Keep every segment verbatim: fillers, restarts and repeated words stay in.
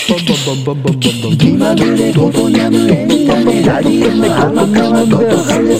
気まぐれごとにゃむエンタメラリオの浜川ことはです。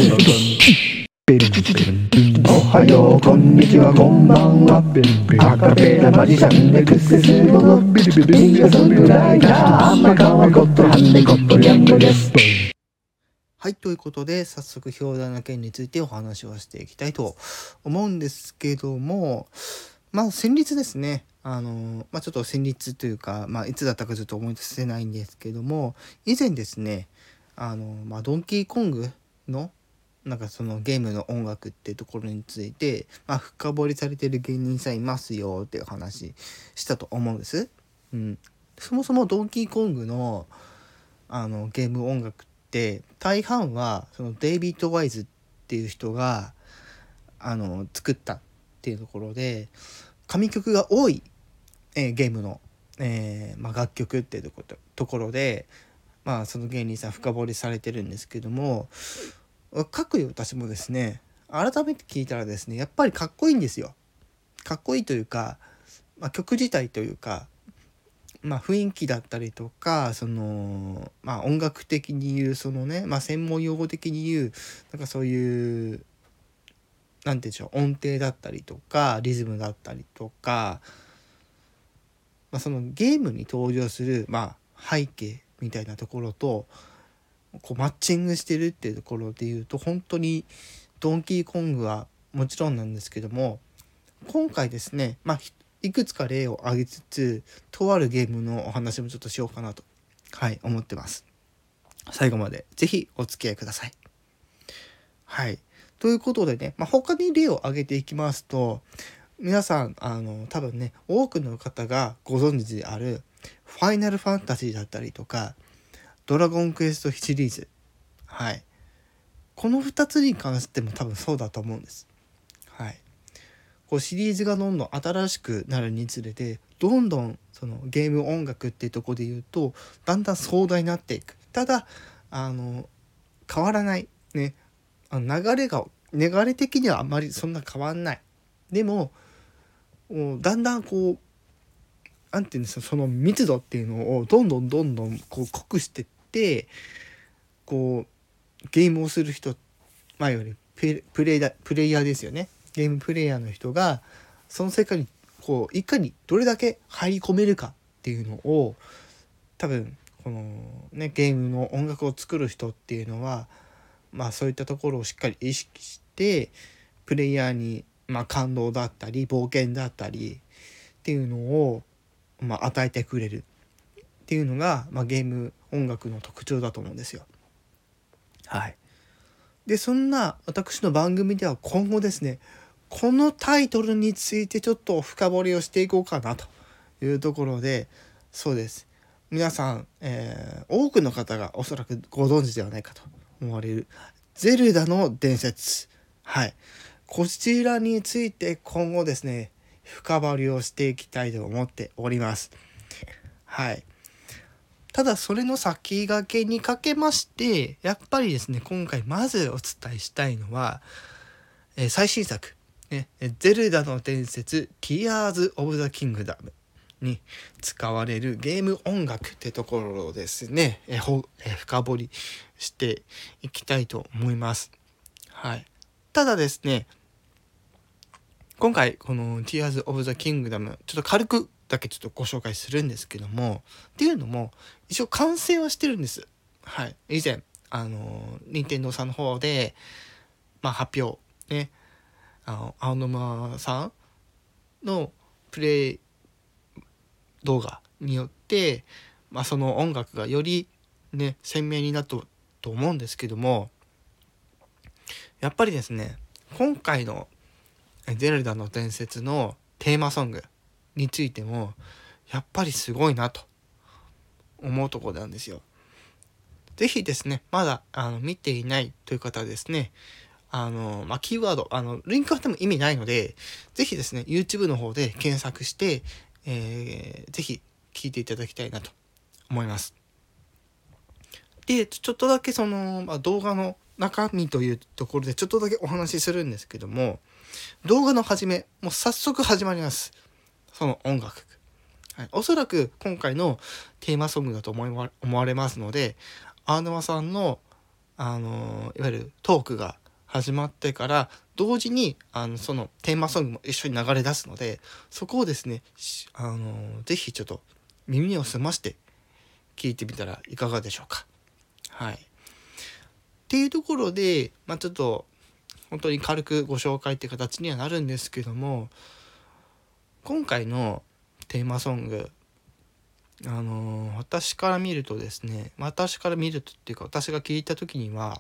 おはようこんにちはこんばんは。アカペラマジシャンでクセスゴのシンガーソングライター浜川ことはんでことにゃむです。 はい、ということで早速表題の件についてお話をしていきたいと思うんですけども、まあ先日ですね、あのまあちょっと先日というか、まあいつだったかちょっと思い出せないんですけども、以前ですね、あのまあドンキーコングのなんかそのゲームの音楽っていうところについて、まあ、深掘りされてる芸人さんいますよっていう話したと思うんです。うん、そもそもドンキーコングのあのゲーム音楽って大半はそのデイビッド・ワイズっていう人があの作ったっていうところで、神曲が多い、えー、ゲームの、えーまあ、楽曲っていうところ、ところで、まあ、その芸人さん深掘りされてるんですけども、各位私もですね改めて聞いたらですね、やっぱりかっこいいんですよ。かっこいいというか、まあ、曲自体というか、まあ、雰囲気だったりとか、その、まあ、音楽的に言うそのね、まあ、専門用語的に言うなんかそういうなんていうんでしょう、音程だったりとかリズムだったりとか、まあ、そのゲームに登場する、まあ、背景みたいなところとこうマッチングしてるっていうところでいうと、本当にドンキーコングはもちろんなんですけども、今回ですね、まあいくつか例を挙げつつ、とあるゲームのお話もちょっとしようかなと、はい思ってます。最後までぜひお付き合いください。はい、ということでね、まあ、他に例を挙げていきますと、皆さんあの多分ね多くの方がご存知であるファイナルファンタジーだったりとかドラゴンクエストシリーズ、はい、このふたつに関しても多分そうだと思うんです。はい、こうシリーズがどんどん新しくなるにつれて、どんどんそのゲーム音楽っていうところで言うとだんだん壮大になっていく。ただあの変わらないね、あの流れが流れ的にはあんまりそんな変わんない。でもだんだんこうなんていうんですか、その密度っていうのをどんどんどんどんこう濃くしてって、こうゲームをする人、前よりプレイだプレイヤーですよね、ゲームプレイヤーの人がその世界にこういかにどれだけ入り込めるかっていうのを、多分このねゲームの音楽を作る人っていうのは、まあそういったところをしっかり意識してプレイヤーに、まあ、感動だったり冒険だったりっていうのを、まあ、与えてくれるっていうのが、まあ、ゲーム音楽の特徴だと思うんですよ。はい。でそんな私の番組では今後ですね、このタイトルについてちょっと深掘りをしていこうかなというところで、そうです、皆さん、えー、多くの方がおそらくご存知ではないかと思われるゼルダの伝説、はい、こちらについて今後ですね深掘りをしていきたいと思っております。はい。ただそれの先駆けにかけまして、やっぱりですね今回まずお伝えしたいのは、えー、最新作、ね、ゼルダの伝説 Tears of the Kingdom に使われるゲーム音楽ってところをですね、えーほえー、深掘りしていきたいと思います。はい。ただですね、今回この Tears of the Kingdom ちょっと軽くだけちょっとご紹介するんですけども、っていうのも一応完成はしてるんです。はい。以前あの任天堂さんの方で、まあ、発表ね、あの青沼さんのプレイ動画によって、まあ、その音楽がよりね鮮明になったと思うんですけども、やっぱりですね今回のゼルダの伝説のテーマソングについてもやっぱりすごいなと思うところなんですよ。ぜひですねまだあの見ていないという方はですね、あの、まあ、キーワードあのリンク貼っても意味ないので、ぜひですね YouTube の方で検索して、えー、ぜひ聞いていただきたいなと思います。でちょっとだけその、まあ、動画の中身というところでちょっとだけお話しするんですけども、動画の始めもう早速始まります、その音楽。 はい、おそらく今回のテーマソングだと思いわ思われますので、アーヌマさんの、あのいわゆるトークが始まってから同時にあのそのテーマソングも一緒に流れ出すので、そこをですね、あのぜひちょっと耳を澄まして聞いてみたらいかがでしょうか。はい。っていうところで、まあ、ちょっと本当に軽くご紹介っていう形にはなるんですけども、今回のテーマソング、あのー、私から見るとですね、私から見るとっていうか私が聞いた時には、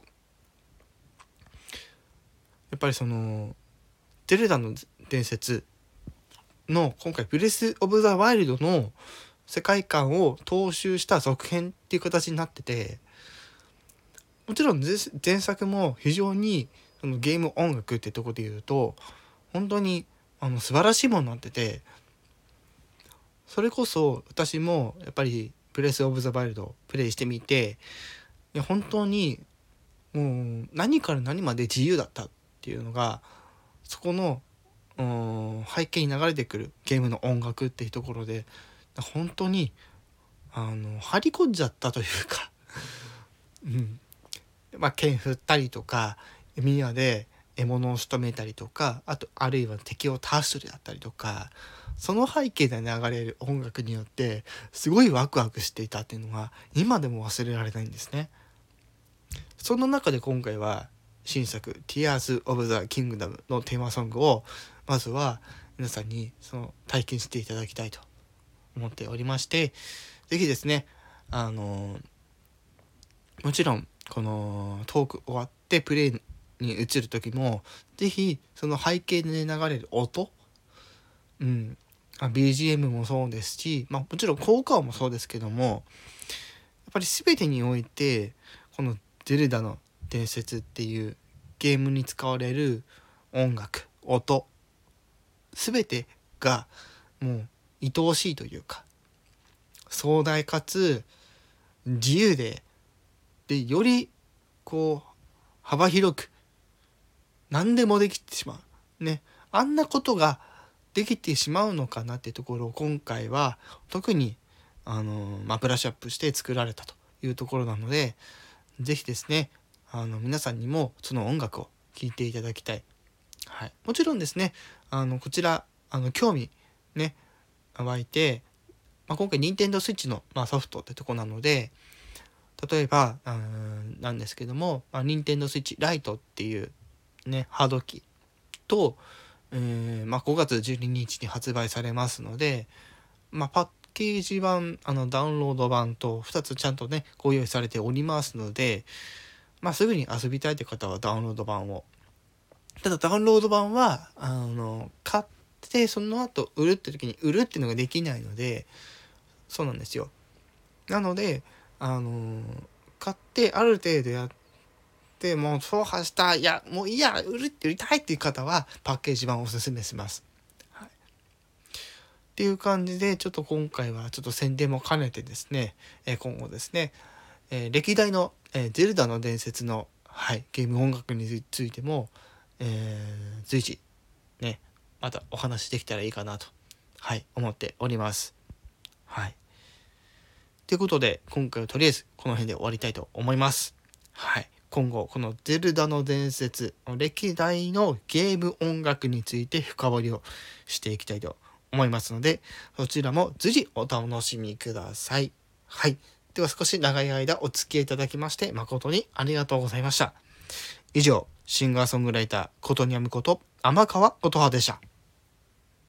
やっぱりそのゼルダの伝説の今回ブレス・オブ・ザ・ワイルドの世界観を踏襲した続編っていう形になってて、もちろん前作も非常にそのゲーム音楽ってとこで言うと本当にあの素晴らしいものになってて、それこそ私もやっぱりブレス・オブ・ザ・ワイルドプレイしてみて、いや本当にもう何から何まで自由だったっていうのが、そこの背景に流れてくるゲームの音楽っていうところで本当にあの張り込んじゃったというかうんまあ剣振ったりとか弓矢で獲物を仕留めたりとか、あとあるいは敵を倒したりだったりとか、その背景で流れる音楽によってすごいワクワクしていたっていうのが今でも忘れられないんですね。その中で今回は新作 Tears of the Kingdom のテーマソングをまずは皆さんにその体験していただきたいと思っておりまして、ぜひですね、あのもちろんこのトーク終わってプレイに移る時もぜひその背景で流れる音、うん、ビージーエム もそうですし、まあ、もちろん効果音もそうですけども、やっぱり全てにおいてこのゼルダの伝説っていうゲームに使われる音楽、音、全てがもう愛おしいというか、壮大かつ自由で、でよりこう幅広く何でもできてしまうね、あんなことができてしまうのかなっていうところを今回は特にあの、まあ、ブラッシュアップして作られたというところなので、ぜひですね、あの皆さんにもその音楽を聴いていただきたい。はい、もちろんですね、あのこちらあの興味ね湧いて、まあ、今回 Nintendo Switch の、まあ、ソフトってとこなので、例えばうんなんですけども、まあ、Nintendo Switch Lite っていうねハード機と、えーまあ、ごがつじゅうににちに発売されますので、まあ、パッケージ版、あのダウンロード版とふたつちゃんとねご用意されておりますので、まあ、すぐに遊びたいという方はダウンロード版を。ただダウンロード版はあの買ってその後売るって時に売るっていうのができないので、そうなんですよ。なのであの買ってある程度やってもう走破した、いやもういいや売るって売りたいっていう方はパッケージ版をおすすめします。はい、っていう感じでちょっと今回はちょっと宣伝も兼ねてですね、え今後ですね、えー、歴代の、えー、ゼルダの伝説の、はい、ゲーム音楽についても、えー、随時ねまたお話できたらいいかなと、はい、思っております。はい。ということで今回はとりあえずこの辺で終わりたいと思います。はい。今後このゼルダの伝説歴代のゲーム音楽について深掘りをしていきたいと思いますので、そちらも随時お楽しみください。はい。では少し長い間お付き合いいただきまして誠にありがとうございました。以上、シンガーソングライターことにゃむこと天川琴葉でした。